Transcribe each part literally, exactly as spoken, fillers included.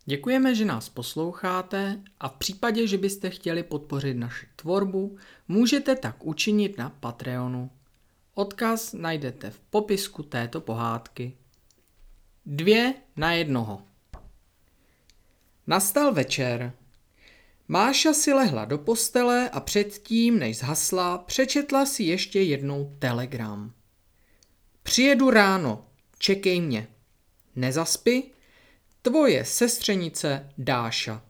Děkujeme, že nás posloucháte a v případě, že byste chtěli podpořit naši tvorbu, můžete tak učinit na Patreonu. Odkaz najdete v popisku této pohádky. Dvě na jednoho. Nastal večer. Máša si lehla do postele a předtím, než zhasla, přečetla si ještě jednou telegram. Přijedu ráno, čekej mě. Nezaspí? Tvoje sestřenice Dáša.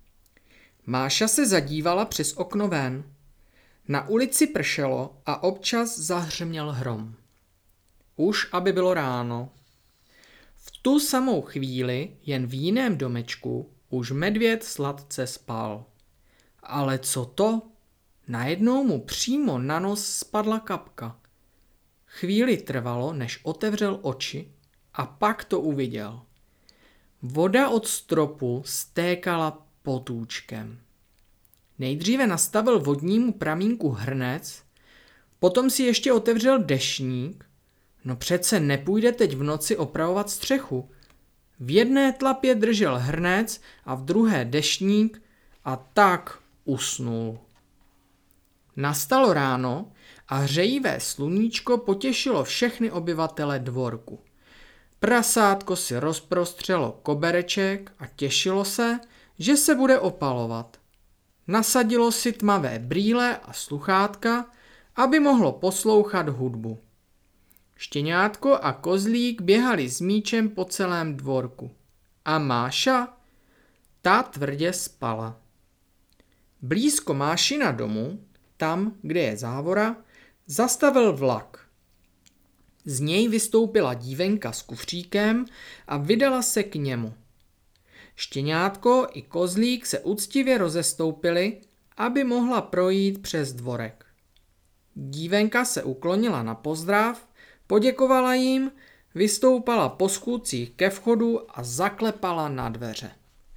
Máša se zadívala přes okno ven. Na ulici pršelo a občas zahřměl hrom. Už aby bylo ráno. V tu samou chvíli jen v jiném domečku už medvěd sladce spal. Ale co to? Najednou mu přímo na nos spadla kapka. Chvíli trvalo, než otevřel oči a pak to uviděl. Voda od stropu stékala potůčkem. Nejdříve nastavil vodnímu pramínku hrnec, potom si ještě otevřel deštník. No přece nepůjde teď v noci opravovat střechu. V jedné tlapě držel hrnec a v druhé deštník a tak usnul. Nastalo ráno a hřejivé sluníčko potěšilo všechny obyvatele dvorku. Prasátko si rozprostřelo kobereček a těšilo se, že se bude opalovat. Nasadilo si tmavé brýle a sluchátka, aby mohlo poslouchat hudbu. Štěňátko a kozlík běhali s míčem po celém dvorku. A Máša? Ta tvrdě spala. Blízko Mášina domu, tam, kde je závora, zastavil vlak. Z něj vystoupila dívenka s kufříkem a vydala se k němu. Štěňátko i kozlík se úctivě rozestoupili, aby mohla projít přes dvorek. Dívenka se uklonila na pozdrav, poděkovala jim, vystoupala po schůdcích ke vchodu a zaklepala na dveře.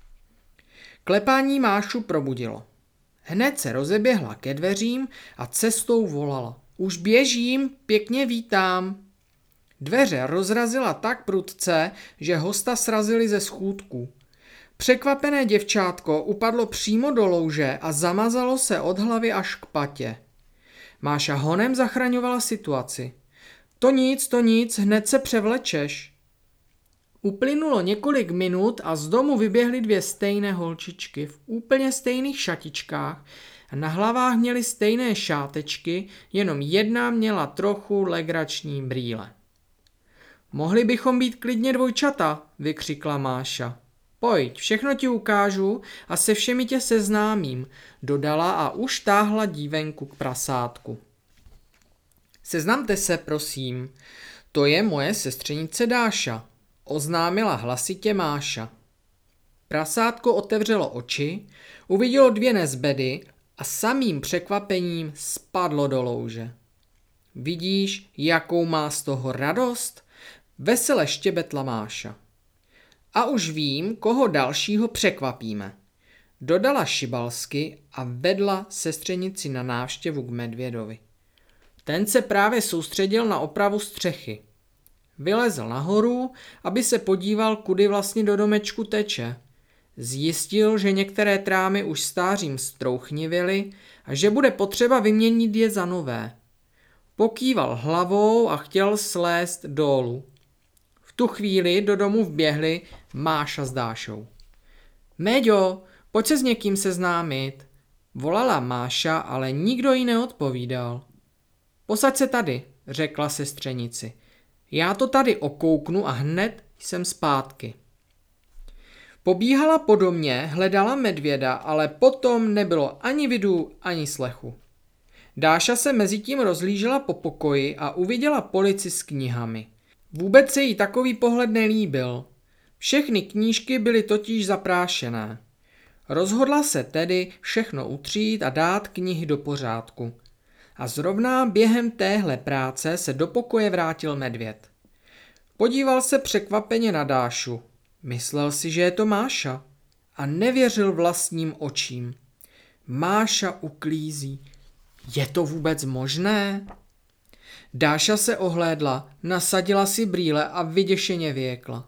Klepání Mášu probudilo. Hned se rozeběhla ke dveřím a cestou volala. Už běžím, pěkně vítám. Dveře rozrazila tak prudce, že hosta srazili ze schůdků. Překvapené děvčátko upadlo přímo do louže a zamazalo se od hlavy až k patě. Máša honem zachraňovala situaci. To nic, to nic, hned se převlečeš. Uplynulo několik minut a z domu vyběhly dvě stejné holčičky v úplně stejných šatičkách a na hlavách měly stejné šátečky, jenom jedna měla trochu legrační brýle. Mohli bychom být klidně dvojčata, vykřikla Máša. Pojď, všechno ti ukážu a se všemi tě seznámím, dodala a už táhla dívenku k prasátku. Seznamte se, prosím, to je moje sestřenice Dáša, oznámila hlasitě Máša. Prasátko otevřelo oči, uvidělo dvě nezbedy a samým překvapením spadlo do louže. Vidíš, jakou má z toho radost? Vesele štěbetla Máša. A už vím, koho dalšího překvapíme. Dodala šibalsky a vedla sestřenici na návštěvu k medvědovi. Ten se právě soustředil na opravu střechy. Vylezl nahoru, aby se podíval, kudy vlastně do domečku teče. Zjistil, že některé trámy už stářím strouchnivěly a že bude potřeba vyměnit je za nové. Pokýval hlavou a chtěl slézt dolů. V tu chvíli do domu vběhli Máša s Dášou. Méďo, pojď se s někým seznámit, volala Máša, ale nikdo jí neodpovídal. Posaď se tady, řekla sestřenici. Já to tady okouknu a hned jsem zpátky. Pobíhala po domě, hledala medvěda, ale potom nebylo ani vidu, ani slechu. Dáša se mezitím rozlížela po pokoji a uviděla polici s knihami. Vůbec se jí takový pohled nelíbil. Všechny knížky byly totiž zaprášené. Rozhodla se tedy všechno utřít a dát knihy do pořádku. A zrovna během téhle práce se do pokoje vrátil medvěd. Podíval se překvapeně na Dášu. Myslel si, že je to Máša. A nevěřil vlastním očím. Máša uklízí. Je to vůbec možné? Dáša se ohlédla, nasadila si brýle a vyděšeně vyjekla.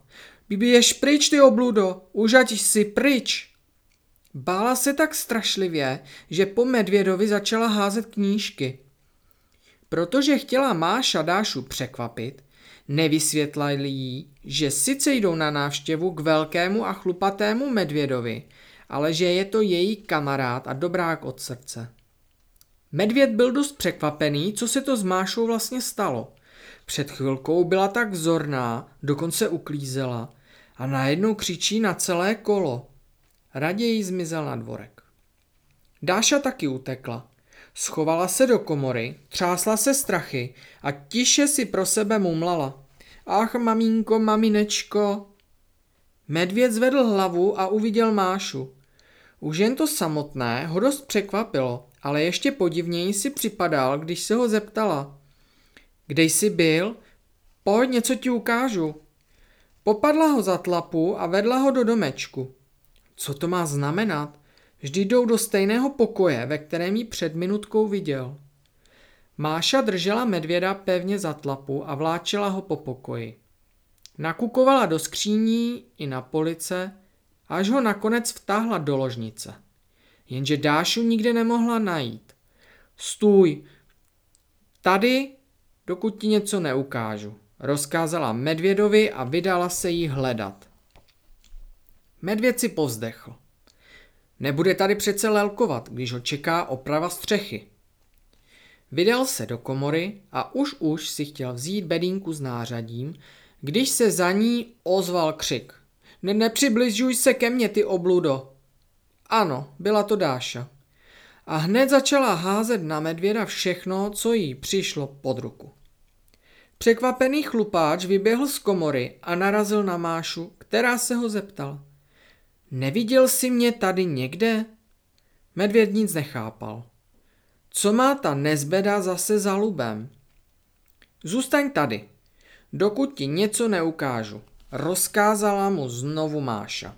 Běž pryč, ty obludo, už ať si pryč. Bála se tak strašlivě, že po medvědovi začala házet knížky. Protože chtěla Máša Dášu překvapit, nevysvětlili jí, že sice jdou na návštěvu k velkému a chlupatému medvědovi, ale že je to její kamarád a dobrák od srdce. Medvěd byl dost překvapený, co se to s Mášou vlastně stalo. Před chvilkou byla tak vzorná, dokonce uklízela a najednou křičí na celé kolo. Raději zmizel na dvorek. Dáša taky utekla. Schovala se do komory, třásla se strachy a tiše si pro sebe mumlala. Ach, mamínko, maminečko. Medvěd zvedl hlavu a uviděl Mášu. Už jen to samotné ho dost překvapilo, ale ještě podivněji si připadal, když se ho zeptala. Kde jsi byl? Pojď, něco ti ukážu. Popadla ho za tlapu a vedla ho do domečku. Co to má znamenat? Vždy jdou do stejného pokoje, ve kterém ji před minutkou viděl. Máša držela medvěda pevně za tlapu a vláčela ho po pokoji. Nakukovala do skříní i na police, až ho nakonec vtáhla do ložnice. Jenže Dášu nikde nemohla najít. Stůj, tady, dokud ti něco neukážu, rozkázala medvědovi a vydala se jí hledat. Medvěd si povzdechl. Nebude tady přece lelkovat, když ho čeká oprava střechy. Vydal se do komory a už už si chtěl vzít bedínku s nářadím, když se za ní ozval křik. Ne, nepřibližuj se ke mně, ty obludo. Ano, byla to Dáša. A hned začala házet na medvěda všechno, co jí přišlo pod ruku. Překvapený chlupáč vyběhl z komory a narazil na Mášu, která se ho zeptala. Neviděl jsi mě tady někde? Medvěd nic nechápal. Co má ta nezbeda zase za lubem? Zůstaň tady, dokud ti něco neukážu, rozkázala mu znovu Máša.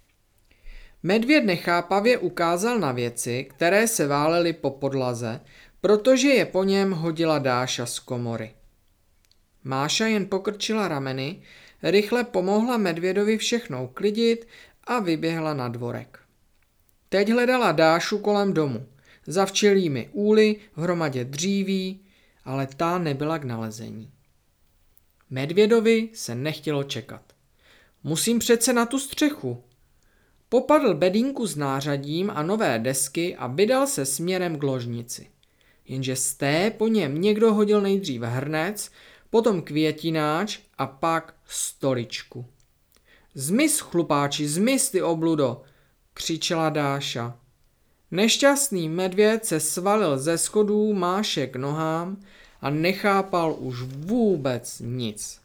Medvěd nechápavě ukázal na věci, které se válely po podlaze, protože je po něm hodila Dáša z komory. Máša jen pokrčila rameny, rychle pomohla medvědovi všechno uklidit a vyběhla na dvorek. Teď hledala Dášu kolem domu, za včelími úly, v hromadě dříví, ale ta nebyla k nalezení. Medvědovi se nechtělo čekat. Musím přece na tu střechu. Popadl bedínku s nářadím a nové desky a vydal se směrem k ložnici. Jenže z té po něm někdo hodil nejdříve hrnec, potom květináč a pak stoličku. Zmiz, chlupáči, zmiz, ty obludo, křičela Dáša. Nešťastný medvěd se svalil ze schodů Máše k nohám a nechápal už vůbec nic.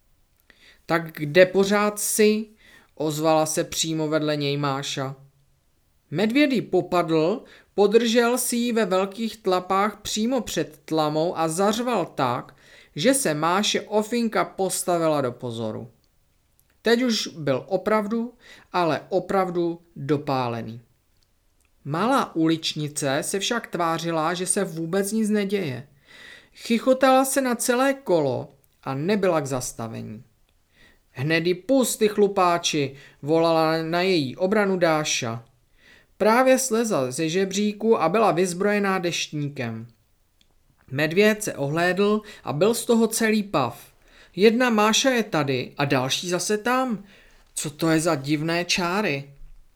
Tak kde pořád jsi? Ozvala se přímo vedle něj Máša. Medvěd ji popadl, podržel si ji ve velkých tlapách přímo před tlamou a zařval tak, že se Máše ofinka postavila do pozoru. Teď už byl opravdu, ale opravdu dopálený. Malá uličnice se však tvářila, že se vůbec nic neděje. Chichotala se na celé kolo a nebyla k zastavení. Hned ji pust, ty chlupáči, volala na její obranu Dáša. Právě slezla ze žebříku a byla vyzbrojená deštníkem. Medvěd se ohlédl a byl z toho celý pav. Jedna Máša je tady a další zase tam. Co to je za divné čáry?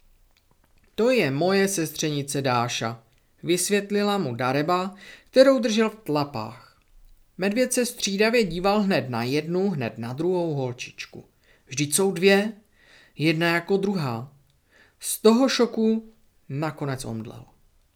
To je moje sestřenice Dáša, vysvětlila mu Dareba, kterou držel v tlapách. Medvěd se střídavě díval hned na jednu, hned na druhou holčičku. Vždyť jsou dvě, jedna jako druhá. Z toho šoku nakonec omdlel.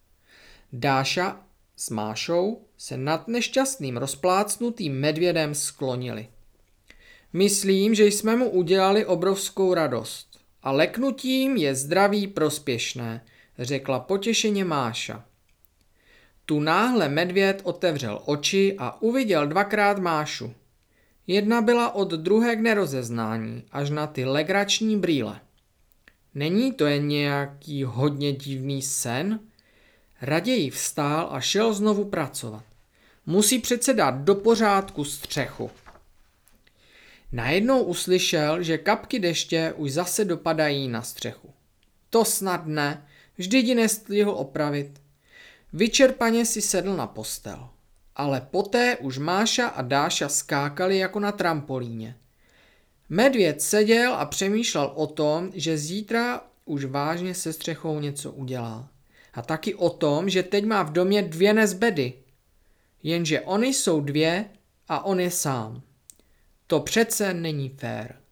Dáša s Mášou se nad nešťastným rozplácnutým medvědem sklonili. Myslím, že jsme mu udělali obrovskou radost. A leknutím je zdraví prospěšné, řekla potěšeně Máša. Tu náhle medvěd otevřel oči a uviděl dvakrát Mášu. Jedna byla od druhé k nerozeznání, až na ty legrační brýle. Není to jen nějaký hodně divný sen? Raději vstál a šel znovu pracovat. Musí přece dát do pořádku střechu. Najednou uslyšel, že kapky deště už zase dopadají na střechu. To snad ne, vždyť ji nestihl opravit. Vyčerpaně si sedl na postel. Ale poté už Máša a Dáša skákali jako na trampolíně. Medvěd seděl a přemýšlel o tom, že zítra už vážně se střechou něco udělá. A taky o tom, že teď má v domě dvě nezbedy. Jenže oni jsou dvě a on je sám. To přece není fér.